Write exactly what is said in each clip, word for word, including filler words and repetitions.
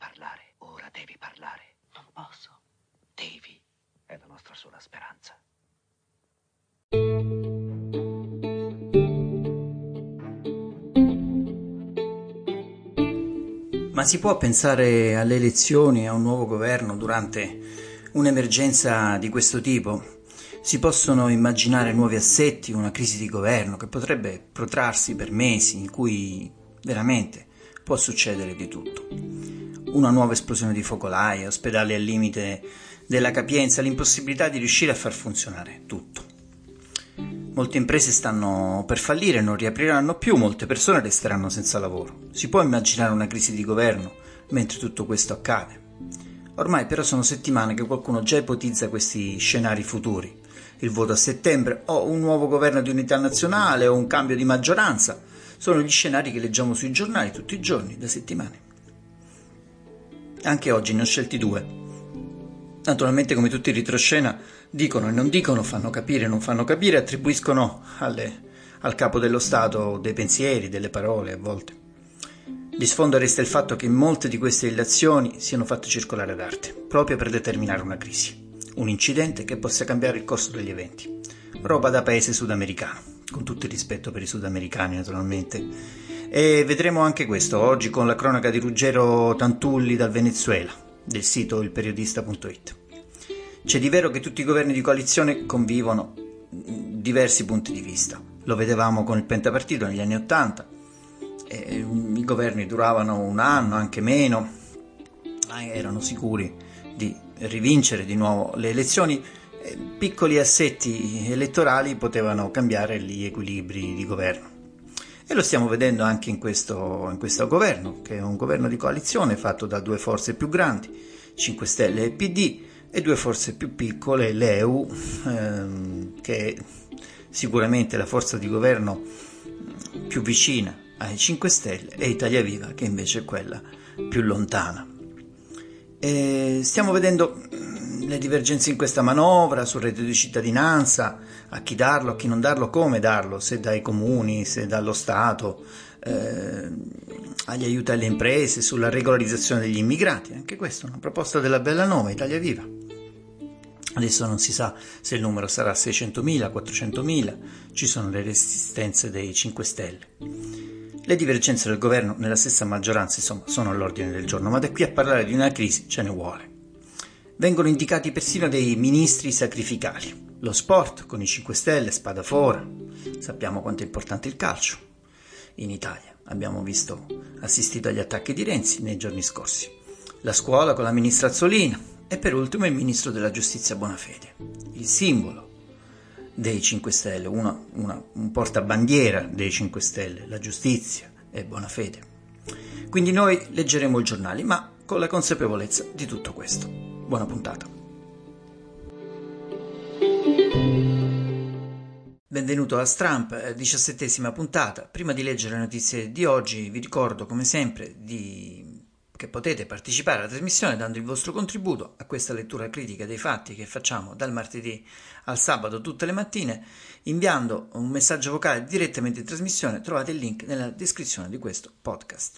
parlare, ora devi parlare. Non posso. Devi. È la nostra sola speranza. Ma si può pensare alle elezioni, a un nuovo governo durante un'emergenza di questo tipo? Si possono immaginare nuovi assetti, una crisi di governo che potrebbe protrarsi per mesi, in cui veramente può succedere di tutto. Una nuova esplosione di focolai, ospedali al limite della capienza, l'impossibilità di riuscire a far funzionare tutto. Molte imprese stanno per fallire, non riapriranno più, molte persone resteranno senza lavoro. Si può immaginare una crisi di governo mentre tutto questo accade? Ormai però sono settimane che qualcuno già ipotizza questi scenari futuri. Il voto a settembre o un nuovo governo di unità nazionale o un cambio di maggioranza sono gli scenari che leggiamo sui giornali tutti i giorni, da settimane. Anche oggi ne ho scelti due. Naturalmente, come tutti i retroscena, dicono e non dicono, fanno capire e non fanno capire, attribuiscono alle, al capo dello Stato dei pensieri, delle parole a volte. Di sfondo resta il fatto che molte di queste illazioni siano fatte circolare ad arte, proprio per determinare una crisi, un incidente che possa cambiare il corso degli eventi. Roba da paese sudamericano, con tutto il rispetto per i sudamericani naturalmente. E vedremo anche questo oggi con la cronaca di Ruggero Tantulli dal Venezuela, del sito il periodista punto it. C'è di vero che tutti i governi di coalizione convivono diversi punti di vista. Lo vedevamo con il pentapartito negli anni Ottanta. Eh, I governi duravano un anno, anche meno, erano sicuri di rivincere di nuovo le elezioni. Eh, piccoli assetti elettorali potevano cambiare gli equilibri di governo. E lo stiamo vedendo anche in questo, in questo governo, che è un governo di coalizione fatto da due forze più grandi, cinque Stelle e P D, e due forze più piccole, l'E U, ehm, che è sicuramente la forza di governo più vicina ai cinque Stelle, e Italia Viva, che invece è quella più lontana. E stiamo vedendo le divergenze in questa manovra sul reddito di cittadinanza, a chi darlo, a chi non darlo, come darlo, se dai comuni, se dallo Stato, eh, agli aiuti alle imprese, sulla regolarizzazione degli immigrati. Anche questa è una proposta della Bellanova, Italia Viva. Adesso non si sa se il numero sarà seicentomila, quattrocentomila, ci sono le resistenze dei cinque Stelle. Le divergenze del governo nella stessa maggioranza, insomma, sono all'ordine del giorno, ma da qui a parlare di una crisi ce ne vuole. Vengono indicati persino dei ministri sacrificali. Lo sport con i cinque Stelle, spadafora. Sappiamo quanto è importante il calcio in Italia. Abbiamo visto, assistito agli attacchi di Renzi nei giorni scorsi. La scuola con la ministra Azzolina e per ultimo il ministro della giustizia Bonafede, il simbolo dei cinque Stelle, una, una, un portabandiera dei cinque Stelle, la giustizia e Bonafede. Quindi noi leggeremo i giornali, ma con la consapevolezza di tutto questo. Buona puntata. Benvenuto a Stramp, diciassettesima puntata. Prima di leggere le notizie di oggi vi ricordo come sempre di... che potete partecipare alla trasmissione dando il vostro contributo a questa lettura critica dei fatti che facciamo dal martedì al sabato tutte le mattine, inviando un messaggio vocale direttamente in trasmissione. Trovate il link nella descrizione di questo podcast.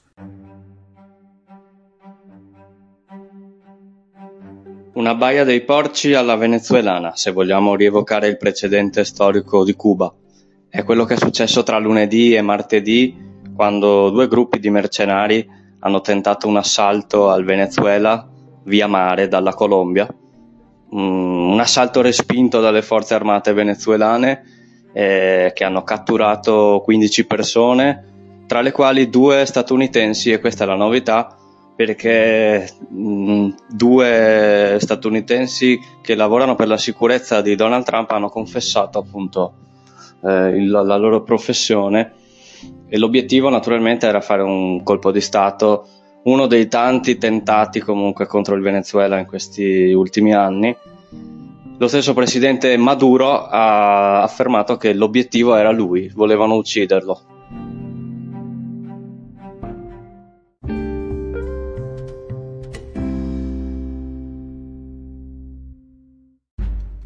Una baia dei porci alla venezuelana, se vogliamo rievocare il precedente storico di Cuba. È quello che è successo tra lunedì e martedì, quando due gruppi di mercenari hanno tentato un assalto al Venezuela via mare dalla Colombia, mm, un assalto respinto dalle forze armate venezuelane eh, che hanno catturato quindici persone, tra le quali due statunitensi, e questa è la novità perché mh, due statunitensi che lavorano per la sicurezza di Donald Trump hanno confessato appunto eh, il, la loro professione. E l'obiettivo naturalmente era fare un colpo di Stato, uno dei tanti tentati comunque contro il Venezuela in questi ultimi anni. Lo stesso presidente Maduro ha affermato che l'obiettivo era lui, volevano ucciderlo.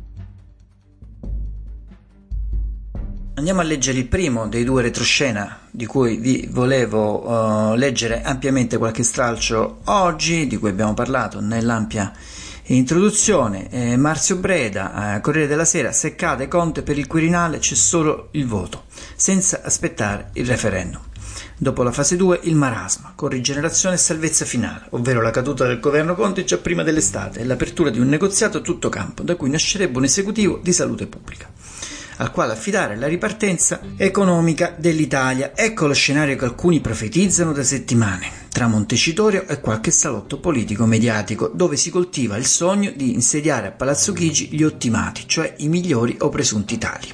Andiamo a leggere il primo dei due retroscena di cui vi volevo uh, leggere ampiamente qualche stralcio oggi, di cui abbiamo parlato nell'ampia introduzione. eh, Marzio Breda, eh, Corriere della Sera: se cade Conte per il Quirinale c'è solo il voto, senza aspettare il referendum. Dopo la fase due il marasma, con rigenerazione e salvezza finale, ovvero la caduta del governo Conte già prima dell'estate e l'apertura di un negoziato a tutto campo, da cui nascerebbe un esecutivo di salute pubblica, al quale affidare la ripartenza economica dell'Italia. Ecco lo scenario che alcuni profetizzano da settimane, tra Montecitorio e qualche salotto politico-mediatico, dove si coltiva il sogno di insediare a Palazzo Chigi gli ottimati, cioè i migliori o presunti tali.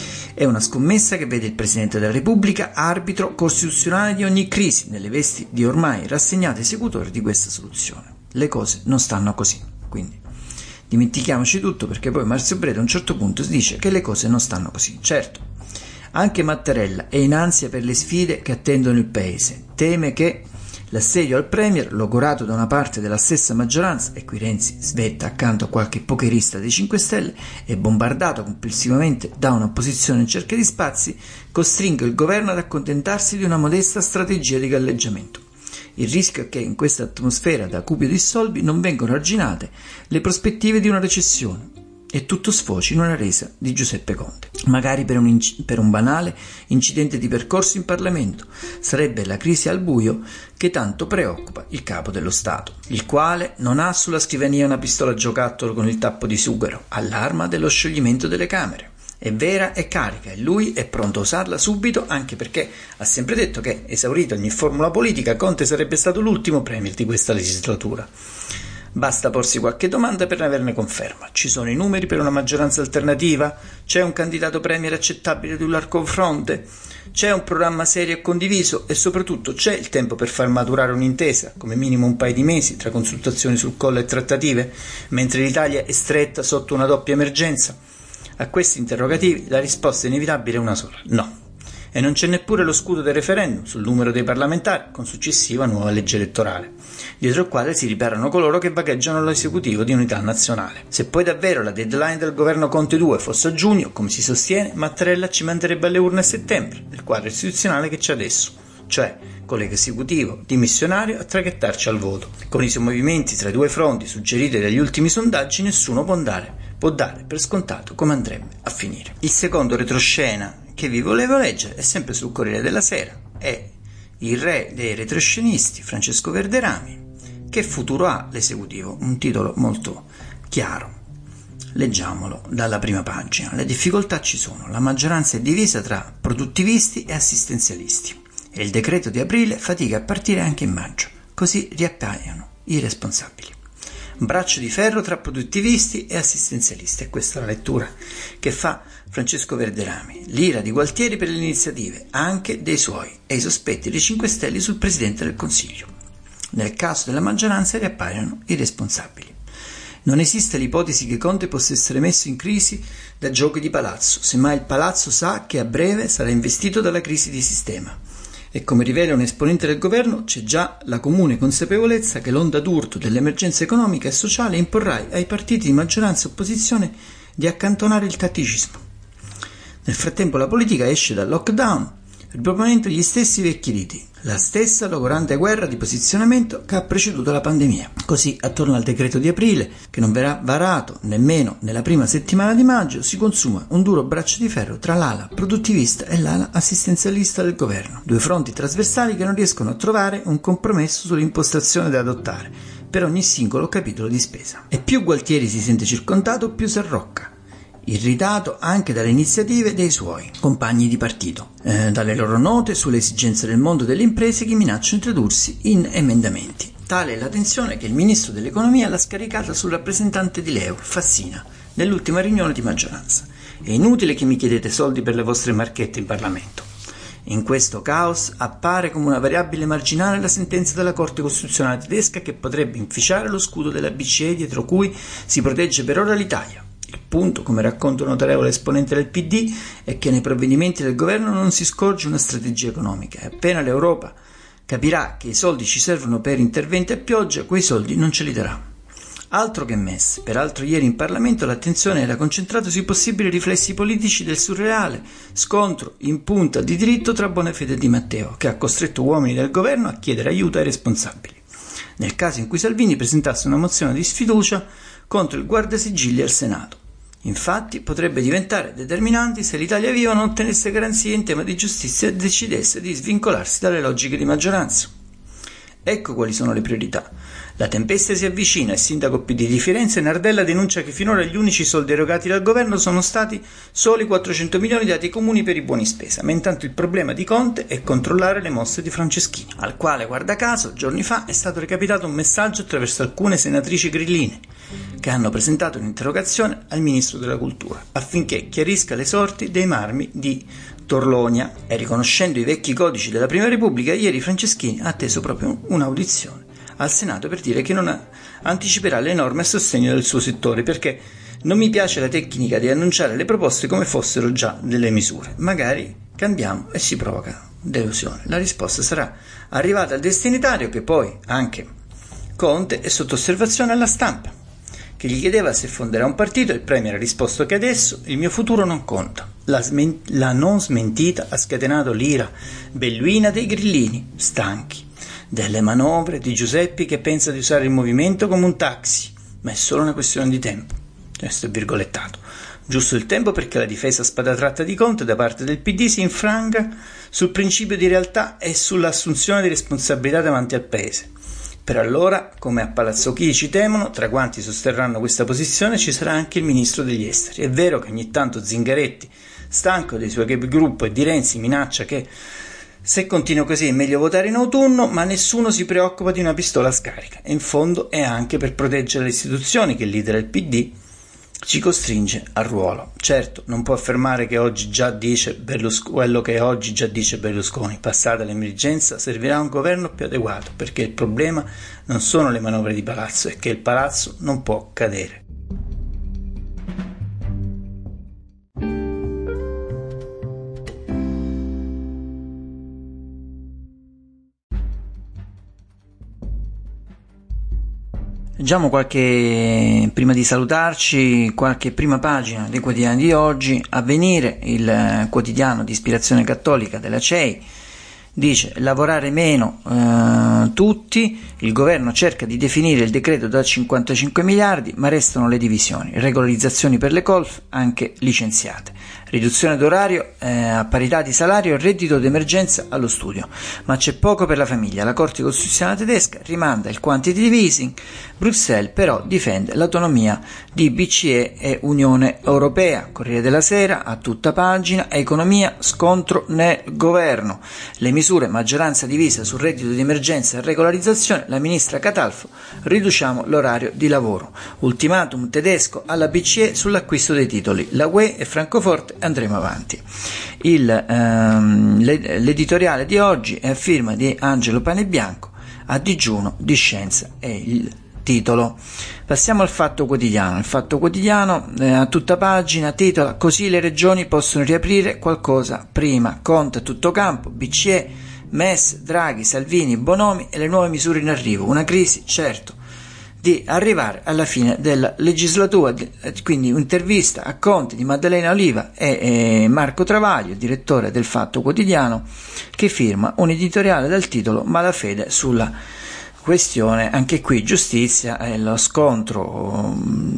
È una scommessa che vede il Presidente della Repubblica arbitro costituzionale di ogni crisi, nelle vesti di ormai rassegnato esecutore di questa soluzione. Le cose non stanno così, quindi dimentichiamoci tutto, perché poi Marzio Breda a un certo punto dice che le cose non stanno così. Certo, anche Mattarella è in ansia per le sfide che attendono il Paese, teme che l'assedio al Premier, logorato da una parte della stessa maggioranza, e qui Renzi svetta accanto a qualche pokerista dei cinque Stelle, e bombardato complessivamente da un'opposizione in cerca di spazi, costringa il governo ad accontentarsi di una modesta strategia di galleggiamento. Il rischio è che in questa atmosfera da cupio di soldi non vengano arginate le prospettive di una recessione e tutto sfoci in una resa di Giuseppe Conte, magari per un, inc- per un banale incidente di percorso in Parlamento. Sarebbe la crisi al buio che tanto preoccupa il capo dello Stato, il quale non ha sulla scrivania una pistola a giocattolo con il tappo di sughero, all'arma dello scioglimento delle Camere. È vera e carica e lui è pronto a usarla subito, anche perché ha sempre detto che, esaurita ogni formula politica, Conte sarebbe stato l'ultimo premier di questa legislatura. Basta porsi qualche domanda per averne conferma. Ci sono i numeri per una maggioranza alternativa? C'è un candidato premier accettabile di un largo fronte? C'è un programma serio e condiviso? E soprattutto c'è il tempo per far maturare un'intesa, come minimo un paio di mesi, tra consultazioni sul collo e trattative, mentre l'Italia è stretta sotto una doppia emergenza? A questi interrogativi la risposta inevitabile è una sola: no. E non c'è neppure lo scudo del referendum sul numero dei parlamentari, con successiva nuova legge elettorale, dietro il quale si riparano coloro che vagheggiano l'esecutivo di unità nazionale. Se poi davvero la deadline del governo Conte due fosse a giugno, come si sostiene, Mattarella ci manderebbe alle urne a settembre, nel quadro istituzionale che c'è adesso, cioè con l'esecutivo dimissionario a traghettarci al voto. Con i suoi movimenti tra i due fronti suggeriti dagli ultimi sondaggi, nessuno può dare, può dare per scontato come andrebbe a finire. Il secondo retroscena che vi volevo leggere è sempre sul Corriere della Sera, è il re dei retroscenisti, Francesco Verderami. Che futuro ha l'esecutivo? Un titolo molto chiaro. Leggiamolo dalla prima pagina. Le difficoltà ci sono, la maggioranza è divisa tra produttivisti e assistenzialisti e il decreto di aprile fatica a partire anche in maggio, così riappaiono i responsabili. Braccio di ferro tra produttivisti e assistenzialisti, e questa è la lettura che fa Francesco Verderami. L'ira di Gualtieri per le iniziative, anche dei suoi, e i sospetti dei cinque Stelle sul Presidente del Consiglio. Nel caso della maggioranza riappaiono i responsabili. Non esiste l'ipotesi che Conte possa essere messo in crisi da giochi di palazzo, semmai il palazzo sa che a breve sarà investito dalla crisi di sistema. E come rivela un esponente del governo, c'è già la comune consapevolezza che l'onda d'urto dell'emergenza economica e sociale imporrà ai partiti di maggioranza e opposizione di accantonare il tatticismo. Nel frattempo la politica esce dal lockdown, riproponendo gli stessi vecchi riti, la stessa logorante guerra di posizionamento che ha preceduto la pandemia. Così, attorno al decreto di aprile, che non verrà varato nemmeno nella prima settimana di maggio, si consuma un duro braccio di ferro tra l'ala produttivista e l'ala assistenzialista del governo. Due fronti trasversali che non riescono a trovare un compromesso sull'impostazione da adottare per ogni singolo capitolo di spesa. E più Gualtieri si sente circondato, più si arrocca, irritato anche dalle iniziative dei suoi compagni di partito, eh, dalle loro note sulle esigenze del mondo delle imprese che minacciano di tradursi in emendamenti. Tale è la tensione che il ministro dell'economia l'ha scaricata sul rappresentante di Leo, Fassina, nell'ultima riunione di maggioranza. È inutile che mi chiedete soldi per le vostre marchette in Parlamento. In questo caos appare come una variabile marginale la sentenza della Corte Costituzionale tedesca che potrebbe inficiare lo scudo della B C E dietro cui si protegge per ora l'Italia. Il punto, come racconta un autorevole esponente del P D, è che nei provvedimenti del governo non si scorge una strategia economica e appena l'Europa capirà che i soldi ci servono per interventi a pioggia, quei soldi non ce li darà. Altro che messe. Peraltro ieri in Parlamento l'attenzione era concentrata sui possibili riflessi politici del surreale scontro in punta di diritto tra Bonafede e Di Matteo, che ha costretto uomini del governo a chiedere aiuto ai responsabili, nel caso in cui Salvini presentasse una mozione di sfiducia contro il guardasigilli al Senato. Infatti potrebbe diventare determinante se l'Italia Viva non ottenesse garanzie in tema di giustizia e decidesse di svincolarsi dalle logiche di maggioranza. Ecco quali sono le priorità. La tempesta si avvicina. Il sindaco P D di Firenze, Nardella, denuncia che finora gli unici soldi erogati dal governo sono stati soli quattrocento milioni dati ai comuni per i buoni spesa, ma intanto il problema di Conte è controllare le mosse di Franceschini, al quale, guarda caso, giorni fa è stato recapitato un messaggio attraverso alcune senatrici grilline che hanno presentato un'interrogazione al ministro della cultura affinché chiarisca le sorti dei marmi di Torlonia. E riconoscendo i vecchi codici della Prima Repubblica, ieri Franceschini ha atteso proprio un'audizione al Senato per dire che non ha, anticiperà le norme a sostegno del suo settore, perché non mi piace la tecnica di annunciare le proposte come fossero già delle misure. Magari cambiamo e si provoca delusione. La risposta sarà arrivata al destinatario, che poi anche Conte è sotto osservazione alla stampa, che gli chiedeva se fonderà un partito. Il premier ha risposto che adesso il mio futuro non conta. La, smen- la non smentita ha scatenato l'ira belluina dei grillini, stanchi delle manovre di Giuseppi, che pensa di usare il movimento come un taxi, ma è solo una questione di tempo. Questo è virgolettato. Giusto il tempo perché la difesa a spada tratta di Conte da parte del P D si infranga sul principio di realtà e sull'assunzione di responsabilità davanti al Paese. Per allora, come a Palazzo Chigi temono, tra quanti sosterranno questa posizione ci sarà anche il ministro degli esteri. È vero che ogni tanto Zingaretti, stanco dei suoi capigruppo e di Renzi, minaccia che se continua così è meglio votare in autunno, ma nessuno si preoccupa di una pistola scarica, e in fondo è anche per proteggere le istituzioni che il leader del P D ci costringe al ruolo. Certo, non può affermare che oggi già dice Berlusconi, quello che oggi già dice Berlusconi. Passata l'emergenza servirà un governo più adeguato, perché il problema non sono le manovre di palazzo, è che il palazzo non può cadere. Leggiamo qualche, prima di salutarci, qualche prima pagina dei quotidiani di oggi. Avvenire, il quotidiano di ispirazione cattolica della C E I, dice: lavorare meno eh, tutti, il governo cerca di definire il decreto da cinquantacinque miliardi, ma restano le divisioni, regolarizzazioni per le colf anche licenziate, riduzione d'orario eh, a parità di salario, reddito d'emergenza allo studio, ma c'è poco per la famiglia. La Corte Costituzionale tedesca rimanda il quantitative easing, Bruxelles però difende l'autonomia di B C E e Unione Europea. Corriere della Sera, a tutta pagina, economia, scontro nel governo, le misure maggioranza divisa sul reddito di emergenza e regolarizzazione, la ministra Catalfo: riduciamo l'orario di lavoro, ultimatum tedesco alla B C E sull'acquisto dei titoli, la U E e Francoforte andremo avanti. Il, ehm, l'editoriale di oggi è a firma di Angelo Panebianco, a digiuno di scienza è il titolo. Passiamo al Fatto Quotidiano. Il Fatto Quotidiano eh, a tutta pagina titola: così le regioni possono riaprire qualcosa prima, Conte a tutto campo, B C E, M E S, Draghi, Salvini, Bonomi e le nuove misure in arrivo, una crisi certo di arrivare alla fine della legislatura. Quindi un'intervista a Conte di Maddalena Oliva e, e Marco Travaglio, direttore del Fatto Quotidiano, che firma un editoriale dal titolo Malafede sulla questione. Anche qui giustizia e lo scontro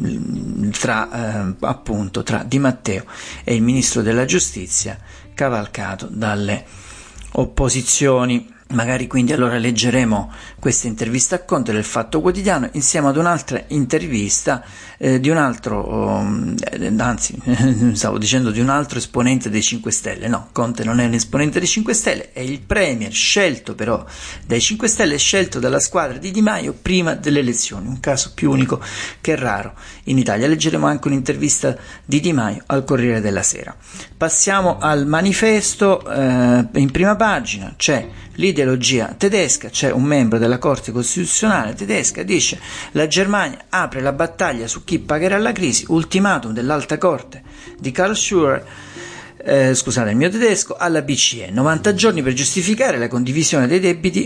tra eh, appunto tra Di Matteo e il ministro della giustizia, cavalcato dalle opposizioni. Magari quindi allora leggeremo questa intervista a Conte del Fatto Quotidiano insieme ad un'altra intervista eh, di un altro, eh, anzi stavo dicendo di un altro esponente dei cinque Stelle. No, Conte non è un esponente dei cinque Stelle, è il premier scelto però dai cinque Stelle, scelto dalla squadra di Di Maio prima delle elezioni, un caso più unico che raro in Italia. Leggeremo anche un'intervista di Di Maio al Corriere della Sera. Passiamo al Manifesto. Eh, in prima pagina c'è l'ideologia tedesca, c'è un membro della Corte Costituzionale tedesca, dice: la Germania apre la battaglia su chi pagherà la crisi, ultimatum dell'Alta Corte di Karlsruhe, eh, scusate il mio tedesco, alla B C E, novanta giorni per giustificare la condivisione dei debiti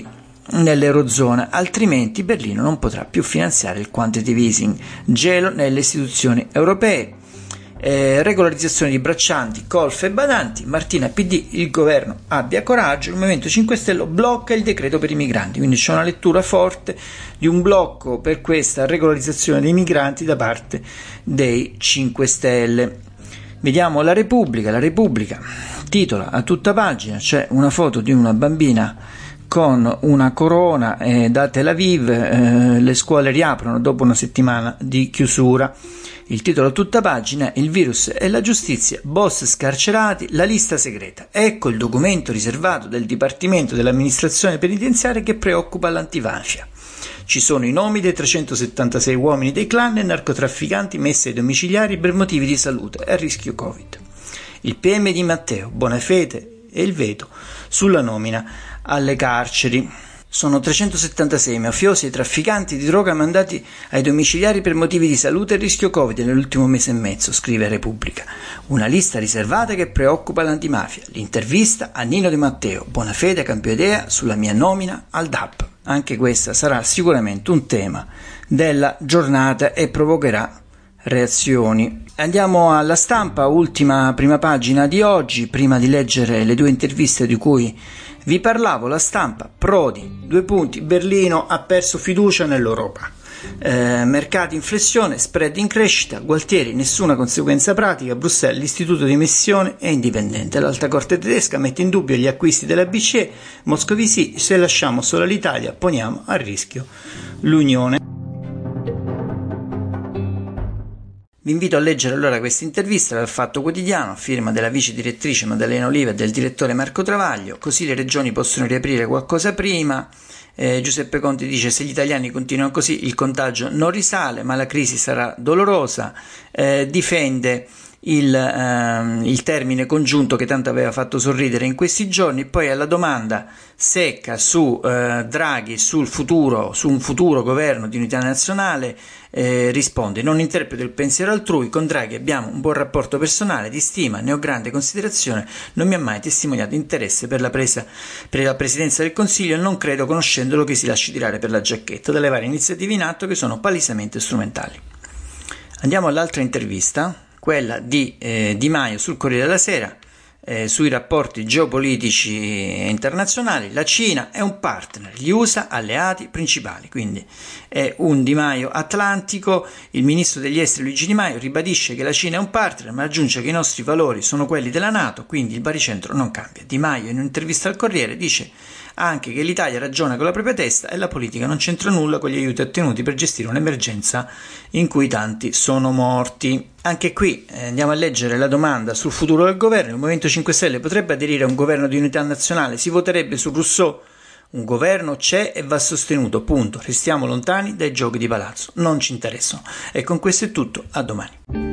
nell'Eurozona, altrimenti Berlino non potrà più finanziare il quantitative easing. Gelo nelle istituzioni europee. Eh, regolarizzazione di braccianti, colf e badanti. Martina P D, il governo abbia coraggio. Il Movimento cinque Stelle blocca il decreto per i migranti, quindi c'è una lettura forte di un blocco per questa regolarizzazione dei migranti da parte dei cinque Stelle. Vediamo la Repubblica. La Repubblica titola a tutta pagina, c'è una foto di una bambina con una corona eh, da Tel Aviv. Eh, le scuole riaprono dopo una settimana di chiusura. Il titolo a tutta pagina: il virus e la giustizia, boss scarcerati, la lista segreta. Ecco il documento riservato del Dipartimento dell'Amministrazione Penitenziaria che preoccupa l'antimafia. Ci sono i nomi dei trecentosettantasei uomini dei clan e narcotrafficanti messi ai domiciliari per motivi di salute e a rischio Covid. Il P M di Matteo, Bonafede e il veto sulla nomina alle carceri. Sono trecentosettantasei mafiosi e trafficanti di droga mandati ai domiciliari per motivi di salute e rischio Covid nell'ultimo mese e mezzo, scrive Repubblica. Una lista riservata che preoccupa l'antimafia. L'intervista a Nino De Matteo, Bonafede cambia idea sulla mia nomina al D A P. Anche questa sarà sicuramente un tema della giornata e provocherà reazioni. Andiamo alla Stampa, ultima prima pagina di oggi, prima di leggere le due interviste di cui vi parlavo. La Stampa: Prodi, due punti, Berlino ha perso fiducia nell'Europa. Eh, mercati in flessione, spread in crescita, Gualtieri, nessuna conseguenza pratica, Bruxelles, l'istituto di emissione è indipendente, l'alta corte tedesca mette in dubbio gli acquisti della B C E, Moscovici, se lasciamo solo l'Italia poniamo a rischio l'Unione. Vi invito a leggere allora questa intervista dal Fatto Quotidiano, firma della vice direttrice Maddalena Oliva e del direttore Marco Travaglio. Così le regioni possono riaprire qualcosa prima. Eh, Giuseppe Conte dice: se gli italiani continuano così il contagio non risale, ma la crisi sarà dolorosa. Eh, difende il, ehm, il termine congiunto che tanto aveva fatto sorridere in questi giorni. Poi alla domanda secca su eh, Draghi, sul futuro, su un futuro governo di unità nazionale, eh, risponde: non interpreto il pensiero altrui, con Draghi abbiamo un buon rapporto personale, di stima, ne ho grande considerazione, non mi ha mai testimoniato interesse per la presa per la presidenza del Consiglio e non credo, conoscendolo, che si lasci tirare per la giacchetta dalle varie iniziative in atto che sono palesemente strumentali. Andiamo all'altra intervista, quella di eh, Di Maio sul Corriere della Sera, eh, sui rapporti geopolitici internazionali. La Cina è un partner, gli U S A alleati principali, quindi è un Di Maio atlantico. Il ministro degli esteri Luigi Di Maio ribadisce che la Cina è un partner, ma aggiunge che i nostri valori sono quelli della NATO, quindi il baricentro non cambia. Di Maio in un'intervista al Corriere dice anche che l'Italia ragiona con la propria testa e la politica non c'entra nulla con gli aiuti ottenuti per gestire un'emergenza in cui tanti sono morti. Anche qui eh, andiamo a leggere la domanda sul futuro del governo. Il Movimento cinque Stelle potrebbe aderire a un governo di unità nazionale? Si voterebbe su Rousseau? Un governo c'è e va sostenuto, punto. Restiamo lontani dai giochi di palazzo, non ci interessano. E con questo è tutto, a domani.